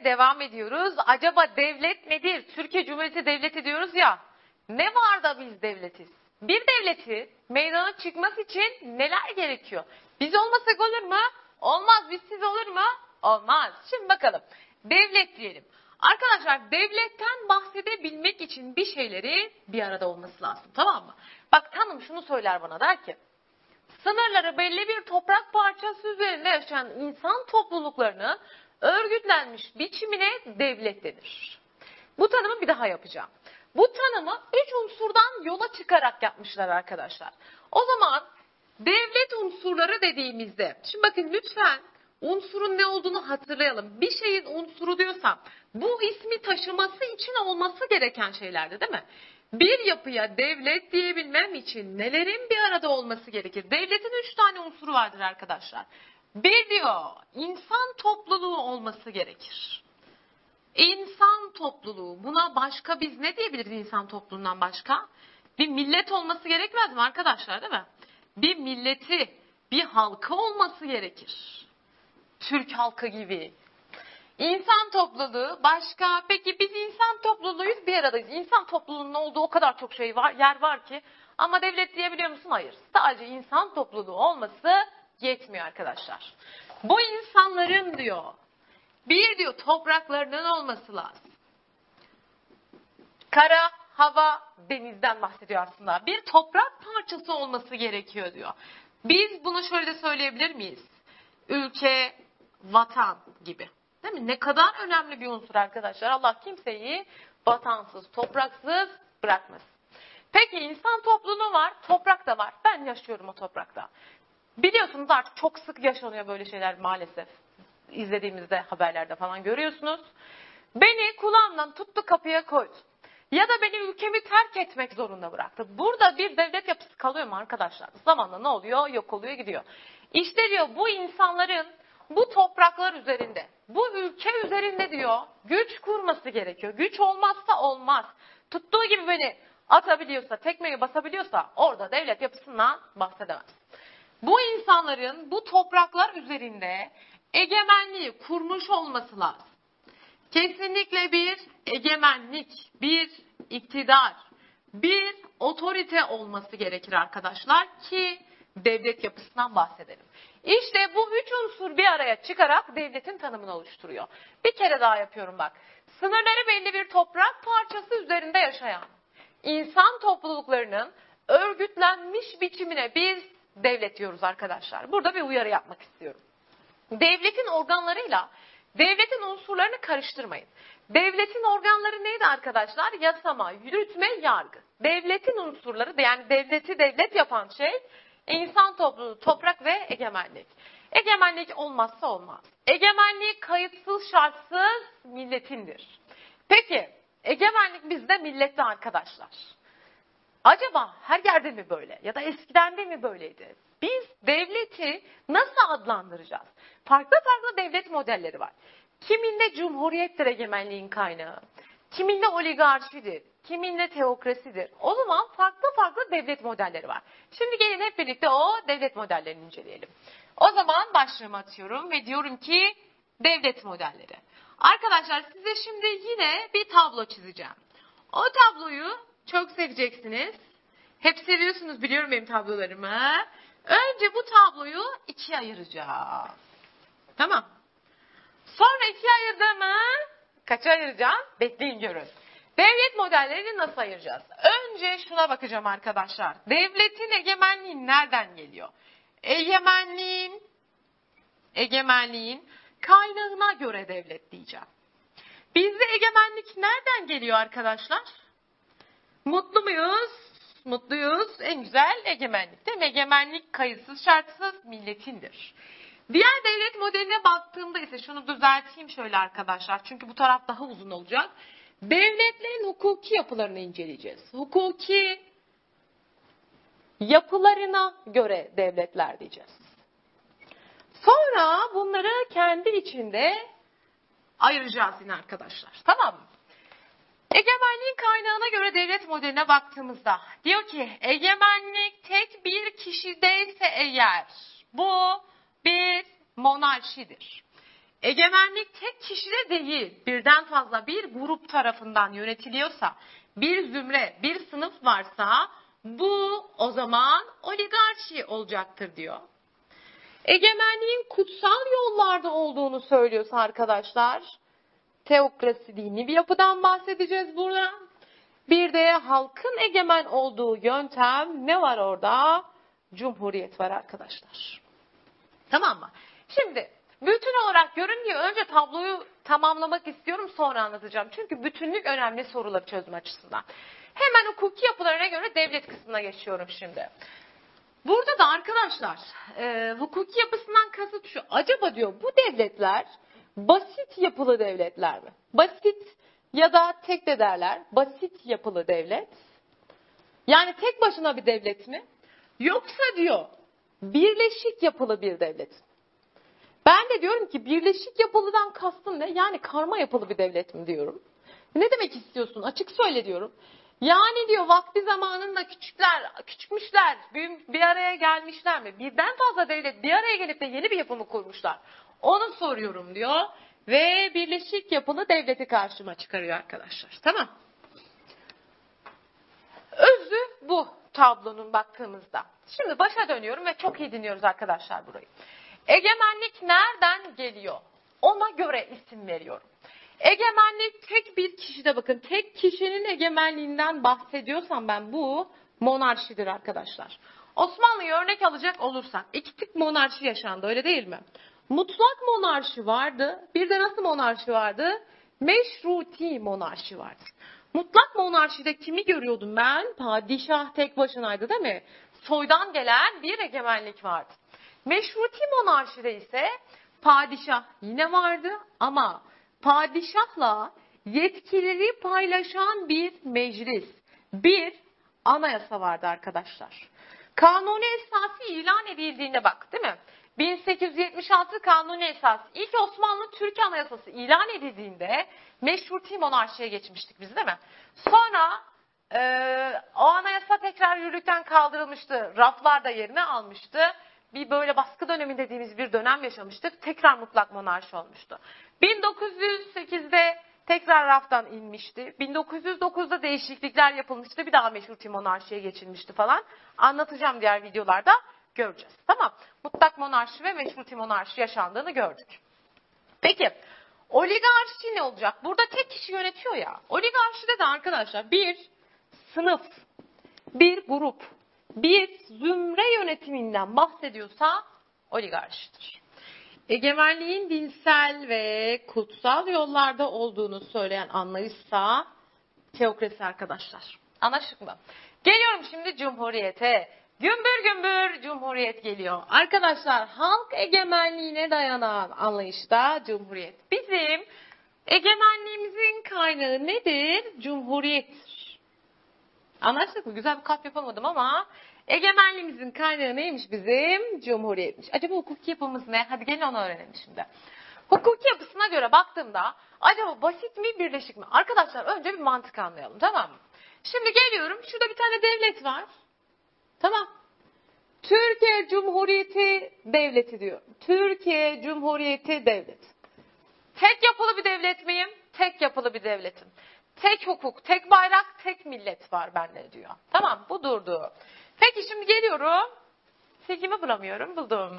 devam ediyoruz. Acaba devlet nedir? Türkiye Cumhuriyeti Devleti diyoruz ya. Ne var da biz devletiz? Bir devleti meydana çıkması için neler gerekiyor? Biz olmasak olur mu? Olmaz. Bizsiz olur mu? Olmaz. Şimdi bakalım. Devlet diyelim. Arkadaşlar devletten bahsedebilmek için bir şeyleri bir arada olması lazım. Tamam mı? Bak tanım şunu söyler bana, der ki sınırları belli bir toprak parçası üzerinde yaşayan insan topluluklarını örgütlenmiş biçimine devlet denir. Bu tanımı bir daha yapacağım. Bu tanımı 3 unsurdan yola çıkarak yapmışlar arkadaşlar. O zaman devlet unsurları dediğimizde, şimdi bakın lütfen unsurun ne olduğunu hatırlayalım. Bir şeyin unsuru diyorsam bu ismi taşıması için olması gereken şeylerdi, değil mi? Bir yapıya devlet diyebilmem için nelerin bir arada olması gerekir? Devletin 3 tane unsuru vardır arkadaşlar. Bir diyor, insan topluluğu olması gerekir. İnsan topluluğu. Buna başka biz ne diyebiliriz insan topluluğundan başka? Bir millet olması gerekmez mi arkadaşlar, değil mi? Bir milleti, bir halkı olması gerekir. Türk halkı gibi. İnsan topluluğu başka. Peki biz insan topluluğuyuz, bir aradayız. İnsan topluluğunun olduğu o kadar çok şey var, yer var ki. Ama devlet diyebiliyor musun? Hayır. Sadece insan topluluğu olması yetmiyor arkadaşlar. Bu insanların diyor, bir diyor topraklarının olması lazım. Kara, hava, denizden bahsediyor aslında. Bir toprak parçası olması gerekiyor diyor. Biz bunu şöyle de söyleyebilir miyiz? Ülke, vatan gibi. Değil mi? Ne kadar önemli bir unsur arkadaşlar. Allah kimseyi vatansız, topraksız bırakmasın. Peki insan topluluğu var, toprak da var. Ben yaşıyorum o toprakta. Biliyorsunuz artık çok sık yaşanıyor böyle şeyler maalesef. İzlediğimizde haberlerde falan görüyorsunuz. Beni kulağımdan tuttu, kapıya koydu. Ya da beni ülkemi terk etmek zorunda bıraktı. Burada bir devlet yapısı kalıyor mu arkadaşlar? Zamanla ne oluyor? Yok oluyor, gidiyor. İşte diyor bu insanların bu topraklar üzerinde, bu ülke üzerinde diyor güç kurması gerekiyor. Güç olmazsa olmaz. Tuttuğu gibi beni atabiliyorsa, tekmeyi basabiliyorsa orada devlet yapısından bahsedemez. Bu insanların bu topraklar üzerinde egemenliği kurmuş olması lazım. Kesinlikle bir egemenlik, bir iktidar, bir otorite olması gerekir arkadaşlar ki devlet yapısından bahsedelim. İşte bu 3 unsur bir araya çıkarak devletin tanımını oluşturuyor. Bir kere daha yapıyorum bak. Sınırları belli bir toprak parçası üzerinde yaşayan insan topluluklarının örgütlenmiş biçimine biz devlet diyoruz arkadaşlar. Burada bir uyarı yapmak istiyorum. Devletin organlarıyla devletin unsurlarını karıştırmayın. Devletin organları neydi arkadaşlar? Yasama, yürütme, yargı. Devletin unsurları, yani devleti devlet yapan şey insan topluluğu, toprak ve egemenlik. Egemenlik olmazsa olmaz. Egemenlik kayıtsız şartsız milletindir. Peki egemenlik bizde millette arkadaşlar. Acaba her yerde mi böyle ya da eskiden de mi böyleydi? Biz devleti nasıl adlandıracağız? Farklı farklı devlet modelleri var. Kiminde cumhuriyettir egemenliğin kaynağı, kiminde oligarşidir, kiminde teokrasidir. O zaman farklı farklı devlet modelleri var. Şimdi gelin hep birlikte o devlet modellerini inceleyelim. O zaman başlığımı atıyorum ve diyorum ki devlet modelleri. Arkadaşlar size şimdi yine bir tablo çizeceğim. O tabloyu çok seveceksiniz. Hep seviyorsunuz biliyorum benim tablolarımı. Önce bu tabloyu ikiye ayıracağız. Tamam. Sonra ikiye ayırdığımı kaça ayıracağım? Bekleyin görün. Devlet modellerini nasıl ayıracağız? Önce şuna bakacağım arkadaşlar. Devletin egemenliği nereden geliyor? Egemenliğin kaynağına göre devlet diyeceğim. Bizde egemenlik nereden geliyor arkadaşlar? Mutlu muyuz? Mutluyuz. En güzel egemenlik değil mi? Egemenlik kayıtsız şartsız milletindir. Diğer devlet modeline baktığımda ise şunu düzelteyim şöyle arkadaşlar. Çünkü bu taraf daha uzun olacak. Devletlerin hukuki yapılarını inceleyeceğiz. Hukuki yapılarına göre devletler diyeceğiz. Sonra bunları kendi içinde ayıracağız yine arkadaşlar. Tamam mı? Egemenliğin kaynağına göre devlet modeline baktığımızda diyor ki egemenlik tek bir kişideyse eğer bu bir monarşidir. Egemenlik tek kişide değil, birden fazla bir grup tarafından yönetiliyorsa, bir zümre, bir sınıf varsa bu o zaman oligarşi olacaktır diyor. Egemenliğin kutsal yollarda olduğunu söylüyorsa arkadaşlar, teokrasi dini bir yapıdan bahsedeceğiz burada. Bir de halkın egemen olduğu yöntem ne var orada? Cumhuriyet var arkadaşlar. Tamam mı? Şimdi bütün olarak görün diye önce tabloyu tamamlamak istiyorum, sonra anlatacağım. Çünkü bütünlük önemli soruları çözme açısından. Hemen hukuki yapılarına göre devlet kısmına geçiyorum şimdi. Burada da arkadaşlar hukuki yapısından kasıt şu. Acaba diyor bu devletler basit yapılı devletler mi? Basit ya da tek de derler. Basit yapılı devlet. Yani tek başına bir devlet mi? Yoksa diyor birleşik yapılı bir devlet. Ben de diyorum ki birleşik yapılıdan kastın ne? Yani karma yapılı bir devlet mi diyorum. Ne demek istiyorsun? Açık söyle diyorum. Yani diyor vakti zamanında küçükmüşler, bir araya gelmişler mi? Birden fazla devlet bir araya gelip de yeni bir yapımı kurmuşlar. Onu soruyorum diyor. Ve birleşik yapılı devleti karşıma çıkarıyor arkadaşlar. Tamam. Özü bu tablonun baktığımızda. Şimdi başa dönüyorum ve çok iyi dinliyoruz arkadaşlar burayı. Egemenlik nereden geliyor? Ona göre isim veriyorum. Egemenlik tek bir kişide, bakın tek kişinin egemenliğinden bahsediyorsam ben bu monarşidir arkadaşlar. Osmanlı'yı örnek alacak olursak iki tip monarşi yaşandı, öyle değil mi? Mutlak monarşi vardı. Bir de nasıl monarşi vardı? Meşruti monarşi vardı. Mutlak monarşide kimi görüyordum ben? Padişah tek başınaydı değil mi? Soydan gelen bir egemenlik vardı. Meşruti monarşide ise padişah yine vardı ama padişahla yetkileri paylaşan bir meclis, bir anayasa vardı arkadaşlar. Kanuni esası ilan edildiğinde bak değil mi? 1876 Kanuni Esası, ilk Osmanlı Türk Anayasası ilan edildiğinde meşruti monarşiye geçmiştik biz değil mi? Sonra o anayasa tekrar yürürlükten kaldırılmıştı. Raflar da yerini almıştı. Bir böyle baskı dönemi dediğimiz bir dönem yaşamıştık. Tekrar mutlak monarşi olmuştu. 1908'de tekrar raftan inmişti. 1909'da değişiklikler yapılmıştı. Bir daha meşruti monarşiye geçilmişti falan. Anlatacağım diğer videolarda, göreceğiz. Tamam. Mutlak monarşi ve meşruti monarşi yaşandığını gördük. Peki oligarşi ne olacak? Burada tek kişi yönetiyor ya. Oligarşide de arkadaşlar bir sınıf, bir grup, bir zümre yönetiminden bahsediyorsa oligarşidir. Egemenliğin dinsel ve kutsal yollarda olduğunu söyleyen anlayışsa teokrasi arkadaşlar. Anlaştık mı? Geliyorum şimdi cumhuriyete. Gümbür gümbür cumhuriyet geliyor. Arkadaşlar halk egemenliğine dayanan anlayışta cumhuriyet. Bizim egemenliğimizin kaynağı nedir? Cumhuriyettir. Anlaştık mı? Güzel bir kalp yapamadım ama egemenliğimizin kaynağı neymiş bizim? Cumhuriyetmiş. Acaba hukuki yapımız ne? Hadi gelin onu öğrenelim şimdi. Hukuki yapısına göre baktığımda acaba basit mi, birleşik mi? Arkadaşlar önce bir mantık anlayalım, tamam mı? Şimdi geliyorum, şurada bir tane devlet var. Tamam. Türkiye Cumhuriyeti Devleti diyor. Türkiye Cumhuriyeti Devleti. Tek yapılı bir devlet miyim? Tek yapılı bir devletim. Tek hukuk, tek bayrak, tek millet var bende diyor. Tamam, bu durdu. Peki şimdi geliyorum. Silgimi bulamıyorum, buldum.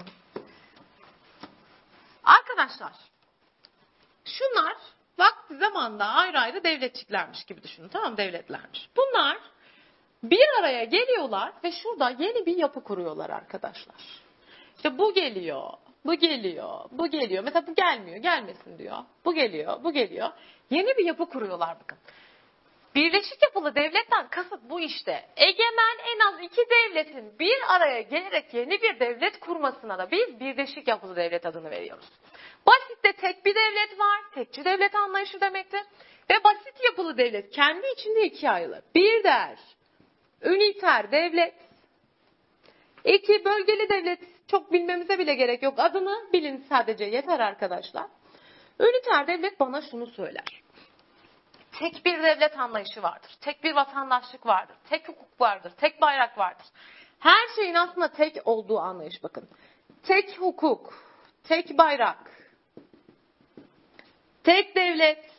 Arkadaşlar, şunlar vakti zamanında ayrı ayrı devletçiklermiş gibi düşünün. Tamam, devletlermiş. Bunlar bir araya geliyorlar ve şurada yeni bir yapı kuruyorlar arkadaşlar. İşte bu geliyor, bu geliyor, bu geliyor. Mesela bu gelmiyor, gelmesin diyor. Bu geliyor, bu geliyor. Yeni bir yapı kuruyorlar bakın. Birleşik yapılı devletten kasıt bu işte. Egemen en az iki devletin bir araya gelerek yeni bir devlet kurmasına da biz birleşik yapılı devlet adını veriyoruz. Basitte tek bir devlet var, tekçi devlet anlayışı demektir. Ve basit yapılı devlet kendi içinde ikiye ayrılır. Bir der, üniter devlet. İki, bölgeli devlet. Çok bilmemize bile gerek yok. Adını bilin sadece, yeter arkadaşlar. Üniter devlet bana şunu söyler. Tek bir devlet anlayışı vardır. Tek bir vatandaşlık vardır. Tek hukuk vardır. Tek bayrak vardır. Her şeyin aslında tek olduğu anlayış bakın. Tek hukuk, tek bayrak, tek devlet,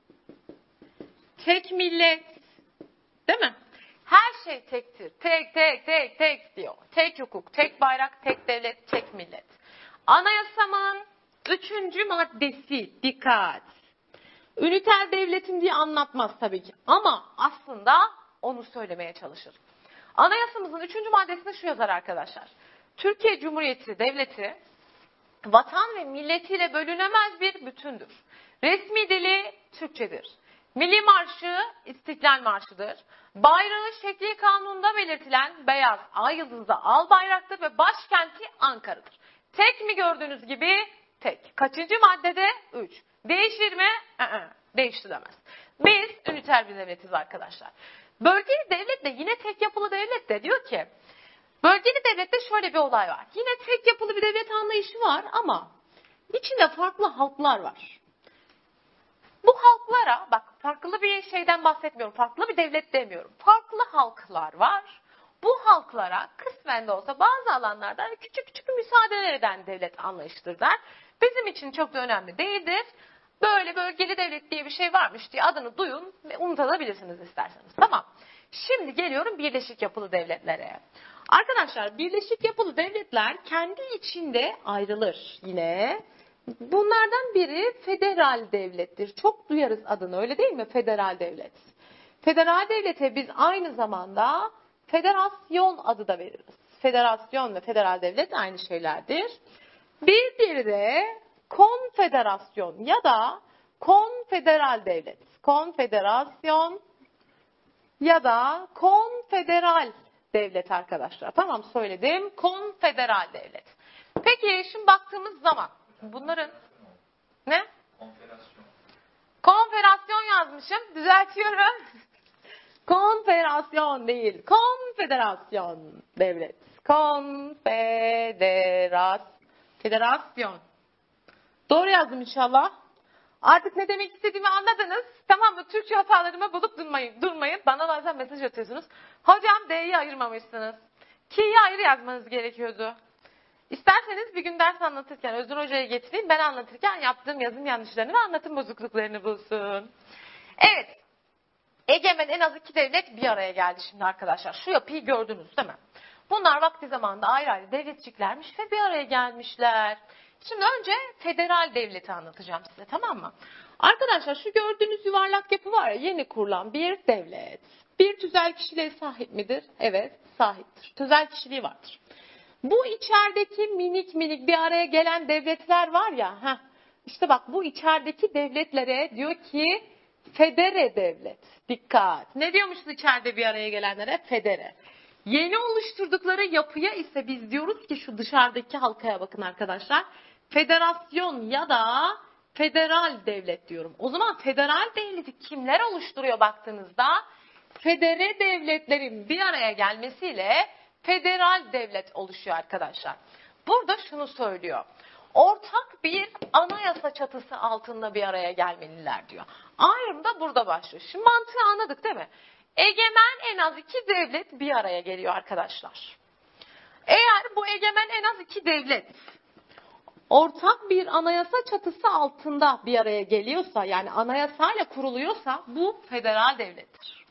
tek millet, değil mi? Her şey tektir. Tek, tek, tek, tek diyor. Tek hukuk, tek bayrak, tek devlet, tek millet. Anayasamın 3. maddesi, dikkat. Üniter devletim diye anlatmaz tabii ki. Ama aslında onu söylemeye çalışır. Anayasamızın 3. maddesinde şu yazar arkadaşlar. Türkiye Cumhuriyeti Devleti vatan ve milletiyle bölünemez bir bütündür. Resmi dili Türkçedir. Milli marşı İstiklal Marşı'dır. Bayrağı şekli kanunda belirtilen beyaz ay yıldızlı al bayraktır ve başkenti Ankara'dır. Tek mi gördüğünüz gibi? Tek. Kaçıncı maddede? 3. Değişir mi? Değiştirilemez. Biz üniter bir devletiz arkadaşlar. Bölgeli devlet de yine tek yapılı devlet de diyor ki bölgeli devlette şöyle bir olay var. Yine tek yapılı bir devlet anlayışı var ama içinde farklı halklar var. Bu halklara, bak farklı bir şeyden bahsetmiyorum, farklı bir devlet demiyorum. Farklı halklar var. Bu halklara kısmen de olsa bazı alanlarda küçük küçük müsaadeler eden devlet anlayışıdır der. Bizim için çok da önemli değildir. Böyle bölgeli devlet diye bir şey varmış diye adını duyun ve unutabilirsiniz isterseniz. Tamam. Şimdi geliyorum Birleşik Yapılı Devletlere. Arkadaşlar Birleşik Yapılı Devletler kendi içinde ayrılır yine. Bunlardan biri federal devlettir. Çok duyarız adını öyle değil mi? Federal devlet. Federal devlete biz aynı zamanda federasyon adı da veririz. Federasyon ve federal devlet aynı şeylerdir. Bir diğeri de konfederasyon ya da konfederal devlet. Konfederasyon ya da konfederal devlet arkadaşlar. Tamam söyledim. Konfederal devlet. Peki şimdi baktığımız zaman bunların ne? Konfederasyon. Konfederasyon yazmışım. Düzeltiyorum. Konfederasyon değil. Konfederasyon devlet. Federasyon. Doğru yazdım inşallah. Artık ne demek istediğimi anladınız. Tamam mı? Türkçe hatalarımı bulup durmayın. Bana bazen mesaj atıyorsunuz. Hocam D'yi ayırmamışsınız. K'yi ayrı yazmanız gerekiyordu. İsterseniz bir gün ders anlatırken Özgür Hoca'ya getireyim. Ben anlatırken yaptığım yazım yanlışlarını ve anlatım bozukluklarını bulsun. Evet. Egemen en az 2 devlet bir araya geldi şimdi arkadaşlar. Şu yapıyı gördünüz değil mi? Bunlar vakti zamanında ayrı ayrı devletçiklermiş ve bir araya gelmişler. Şimdi önce federal devleti anlatacağım size, tamam mı? Arkadaşlar şu gördüğünüz yuvarlak yapı var ya, yeni kurulan bir devlet. Bir tüzel kişiliğe sahip midir? Evet, sahiptir. Tüzel kişiliği vardır. Bu içerideki minik minik bir araya gelen devletler var ya, işte bak bu içerideki devletlere diyor ki federe devlet. Dikkat. Ne diyormuşuz içeride bir araya gelenlere? Federe. Yeni oluşturdukları yapıya ise biz diyoruz ki şu dışarıdaki halkaya bakın arkadaşlar. Federasyon ya da federal devlet diyorum. O zaman federal devleti kimler oluşturuyor baktığınızda? Federe devletlerin bir araya gelmesiyle federal devlet oluşuyor arkadaşlar. Burada şunu söylüyor. Ortak bir anayasa çatısı altında bir araya gelmeliler diyor. Ayrım da burada başlıyor. Şimdi mantığı anladık değil mi? Egemen en az 2 devlet bir araya geliyor arkadaşlar. Eğer bu egemen en az 2 devlet ortak bir anayasa çatısı altında bir araya geliyorsa, yani anayasayla kuruluyorsa bu federal devlettir.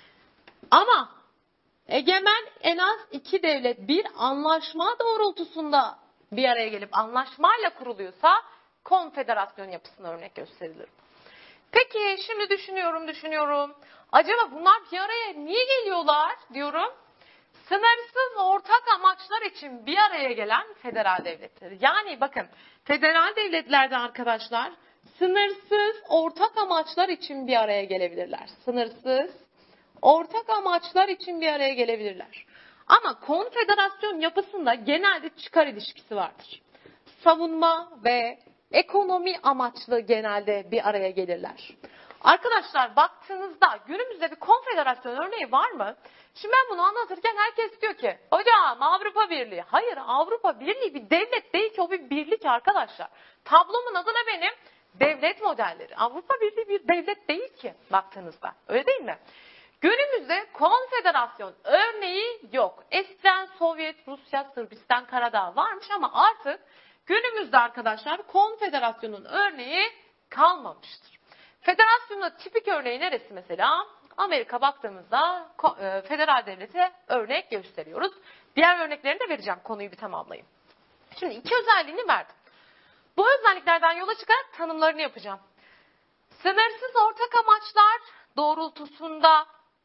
Ama egemen en az 2 devlet bir anlaşma doğrultusunda bir araya gelip anlaşmayla kuruluyorsa konfederasyon yapısına örnek gösterilir. Peki şimdi düşünüyorum. Acaba bunlar bir araya niye geliyorlar diyorum. Sınırsız ortak amaçlar için bir araya gelen federal devletleri. Yani bakın federal devletlerde arkadaşlar sınırsız ortak amaçlar için bir araya gelebilirler. Sınırsız ortak amaçlar için bir araya gelebilirler. Ama konfederasyon yapısında genelde çıkar ilişkisi vardır. Savunma ve ekonomi amaçlı genelde bir araya gelirler. Arkadaşlar baktığınızda günümüzde bir konfederasyon örneği var mı? Şimdi ben bunu anlatırken herkes diyor ki hocam Avrupa Birliği. Hayır, Avrupa Birliği bir devlet değil ki, o bir birlik arkadaşlar. Tablomun adı ne benim? Devlet modelleri. Avrupa Birliği bir devlet değil ki baktığınızda. Öyle değil mi? Günümüzde konfederasyon örneği yok. Eskiden Sovyet, Rusya, Sırbistan, Karadağ varmış ama artık günümüzde arkadaşlar konfederasyonun örneği kalmamıştır. Federasyonun tipik örneği neresi mesela? Amerika baktığımızda federal devlete örnek gösteriyoruz. Diğer örneklerini de vereceğim, konuyu bir tamamlayayım. Şimdi iki özelliğini verdim. Bu özelliklerden yola çıkarak tanımlarını yapacağım. Sınırsız ortak amaçlar doğrultusunda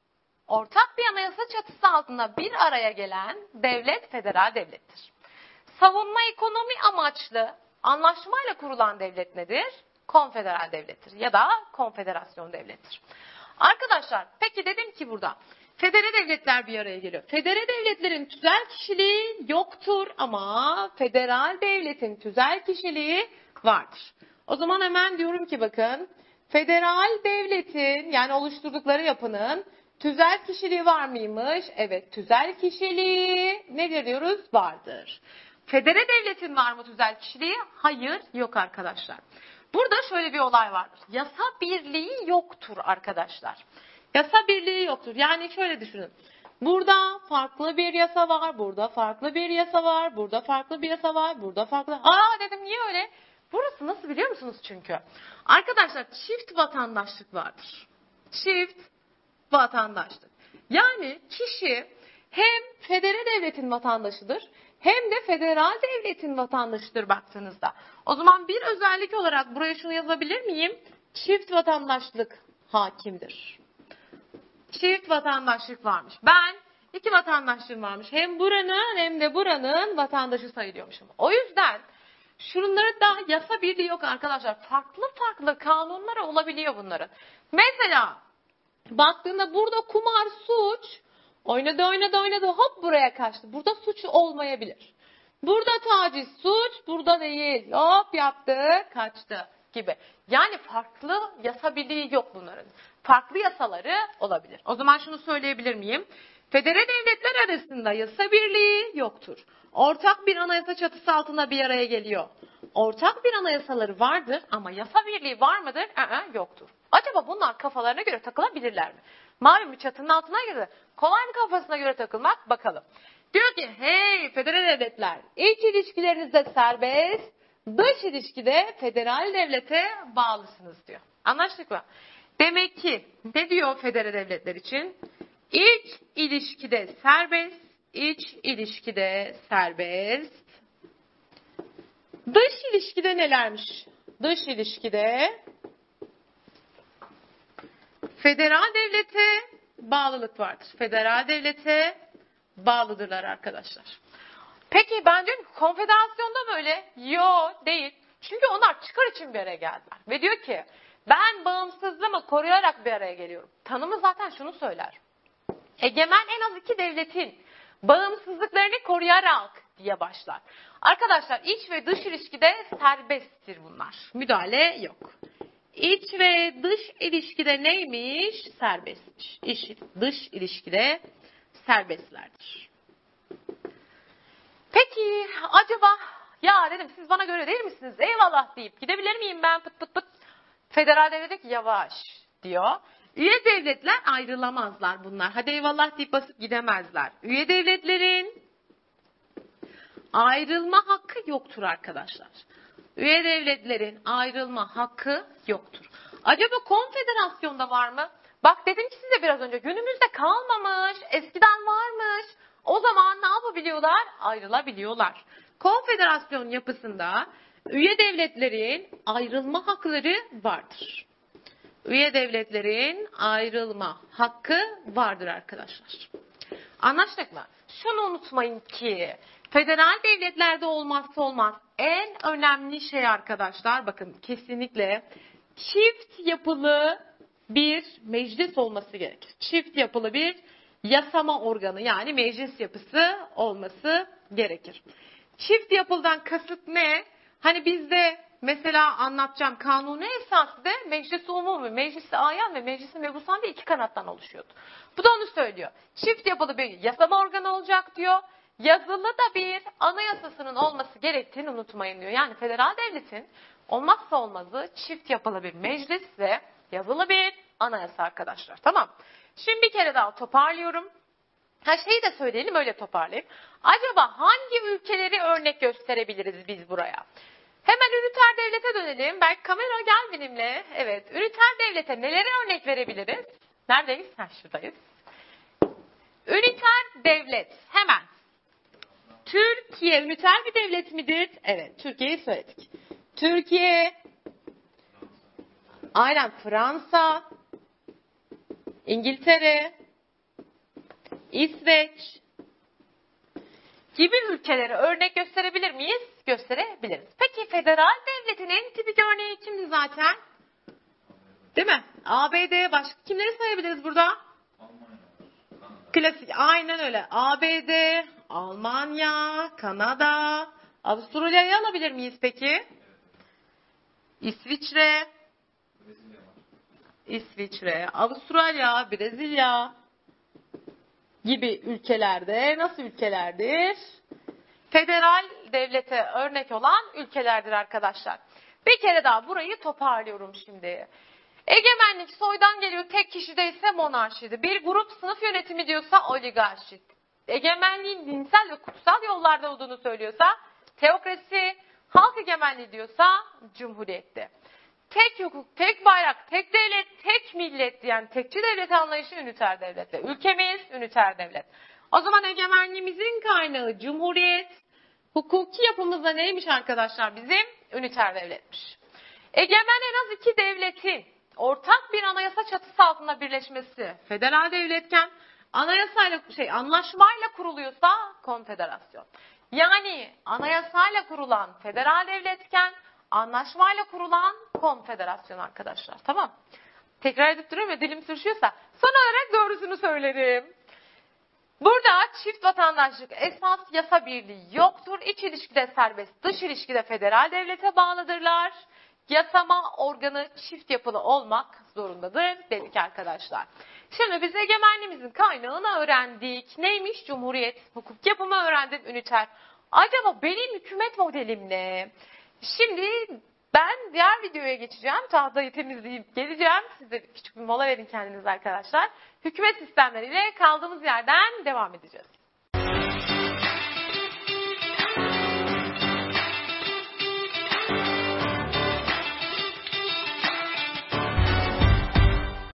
ortak bir anayasa çatısı altında bir araya gelen devlet federal devlettir. Savunma ekonomi amaçlı anlaşmayla kurulan devlet nedir? Konfederal devlettir ya da konfederasyon devlettir. Arkadaşlar peki dedim ki burada federe devletler bir araya geliyor. Federe devletlerin tüzel kişiliği yoktur ama federal devletin tüzel kişiliği vardır. O zaman hemen diyorum ki bakın federal devletin yani oluşturdukları yapının tüzel kişiliği var mıymış? Evet, tüzel kişiliği nedir diyoruz? Vardır. Federe devletin var mı tüzel kişiliği? Hayır, yok arkadaşlar. Burada şöyle bir olay vardır. Yasa birliği yoktur arkadaşlar. Yasa birliği yoktur. Yani şöyle düşünün. Burada farklı bir yasa var, burada farklı bir yasa var, burada farklı bir yasa var, burada farklı... Dedim niye öyle? Burası nasıl biliyor musunuz çünkü? Arkadaşlar çift vatandaşlık vardır. Çift vatandaşlık. Yani kişi hem federe devletin vatandaşıdır hem de federal devletin vatandaşıdır baktığınızda. O zaman bir özellik olarak buraya şunu yazabilir miyim? Çift vatandaşlık hakimdir. Çift vatandaşlık varmış. Ben iki vatandaşlığım varmış. Hem buranın hem de buranın vatandaşı sayılıyormuşum. O yüzden şunların da yasa birliği yok arkadaşlar. Farklı farklı kanunlar olabiliyor bunların. Mesela baktığında burada kumar suç. Oynadı hop buraya kaçtı. Burada suç olmayabilir. Burada taciz suç, burada değil. Hop yaptı, kaçtı gibi. Yani farklı yasa birliği yok bunların. Farklı yasaları olabilir. O zaman şunu söyleyebilir miyim? Federe devletler arasında yasa birliği yoktur. Ortak bir anayasa çatısı altında bir araya geliyor. Ortak bir anayasaları vardır ama yasa birliği var mıdır? Yoktur. Acaba bunlar kafalarına göre takılabilirler mi? Malum bir çatının altına girdi. Kolay mı kafasına göre takılmak? Bakalım. Diyor ki hey federal devletler iç ilişkilerinizde serbest, dış ilişkide federal devlete bağlısınız diyor. Anlaştık mı? Demek ki ne diyor federal devletler için? İç ilişkide serbest, iç ilişkide serbest. Dış ilişkide nelermiş? Dış ilişkide federal devlete bağlılık vardır. Federal devlete bağlıdırlar arkadaşlar. Peki ben diyorum konfederasyonda mı öyle? Yok değil. Çünkü onlar çıkar için bir araya geldiler. Ve diyor ki ben bağımsızlığımı koruyarak bir araya geliyorum. Tanımı zaten şunu söyler. Egemen en az iki devletin bağımsızlıklarını koruyarak diye başlar. Arkadaşlar iç ve dış ilişkide serbesttir bunlar. Müdahale yok. İç ve dış ilişkide neymiş? Serbestmiş. Dış ilişkide serbestlerdir. Peki acaba ya dedim siz bana göre değil misiniz? Eyvallah deyip gidebilir miyim ben pıt pıt pıt? Federal devlet diyor ki yavaş diyor. Üye devletler ayrılamazlar bunlar. Hadi eyvallah deyip basıp gidemezler. Üye devletlerin ayrılma hakkı yoktur arkadaşlar. Üye devletlerin ayrılma hakkı yoktur. Acaba konfederasyonda var mı? Bak dedim ki size biraz önce günümüzde kalmamış, eskiden varmış. O zaman ne yapabiliyorlar? Ayrılabiliyorlar. Konfederasyon yapısında üye devletlerin ayrılma hakları vardır. Üye devletlerin ayrılma hakkı vardır arkadaşlar. Anlaştık mı? Şunu unutmayın ki federal devletlerde olmazsa olmaz en önemli şey arkadaşlar bakın kesinlikle çift yapılı bir meclis olması gerekir. Çift yapılı bir yasama organı yani meclis yapısı olması gerekir. Çift yapılıdan kasıt ne? Hani bizde mesela anlatacağım kanuni esası da meclis-i umumi, meclis-i ayan ve meclis-i mebusan diye iki kanattan oluşuyordu. Bu da onu söylüyor. Çift yapılı bir yasama organı olacak diyor. Yazılı da bir anayasasının olması gerektiğini unutmayın diyor. Yani federal devletin olmazsa olmazı çift yapılı bir meclis ve yazılı bir anayasa arkadaşlar. Tamam. Şimdi bir kere daha toparlıyorum. Şeyi de söyleyelim öyle toparlayayım. Acaba hangi ülkeleri örnek gösterebiliriz biz buraya? Hemen üniter devlete dönelim. Belki kamera gel benimle. Evet. Üniter devlete nelere örnek verebiliriz? Neredeyiz? Şuradayız. Üniter devlet. Hemen. Türkiye üniter bir devlet midir? Evet. Türkiye'yi söyledik. Türkiye. Aynen. Fransa. İngiltere. İsveç. Gibi ülkelere örnek gösterebilir miyiz? Gösterebiliriz. Peki federal devletin en tipik örneği kimdi zaten? Değil mi? ABD, başka kimleri sayabiliriz burada? Klasik, aynen öyle. ABD, Almanya, Kanada, Avustralya'yı alabilir miyiz peki? İsviçre, Avustralya, Brezilya gibi ülkelerde nasıl ülkelerdir? Federal devlete örnek olan ülkelerdir arkadaşlar. Bir kere daha burayı toparlıyorum şimdi. Egemenlik soydan geliyor, tek kişide ise monarşidir. Bir grup sınıf yönetimi diyorsa oligarşi. Egemenliğin dinsel ve kutsal yollarda olduğunu söylüyorsa teokrasi, halk egemenliği diyorsa cumhuriyetti. Tek hukuk, tek bayrak, tek devlet, tek millet diyen tekçi devlet anlayışı üniter devletle. Ülkemiz üniter devlet. O zaman egemenliğimizin kaynağı cumhuriyet, hukuki yapımız da neymiş arkadaşlar bizim? Üniter devletmiş. Egemen en az iki devletin ortak bir anayasa çatısı altında birleşmesi federal devletken anlaşmayla kuruluyorsa konfederasyon. Yani anayasayla kurulan federal devletken anlaşmayla kurulan konfederasyon arkadaşlar. Tamam. Tekrar edip duruyorum ya dilim sürüşüyorsa. Son olarak doğrusunu söylerim. Burada çift vatandaşlık esas yasa birliği yoktur. İç ilişkide serbest, dış ilişkide federal devlete bağlıdırlar. Yasama organı çift yapılı olmak zorundadır dedik arkadaşlar. Şimdi biz egemenliğimizin kaynağını öğrendik. Neymiş? Cumhuriyet, hukuk yapımı öğrendim, üniter. Acaba benim hükümet modelim ne? Şimdi ben diğer videoya geçeceğim. Tahtayı temizleyip geleceğim. Size küçük bir mola verin kendiniz arkadaşlar. Hükümet sistemleriyle kaldığımız yerden devam edeceğiz.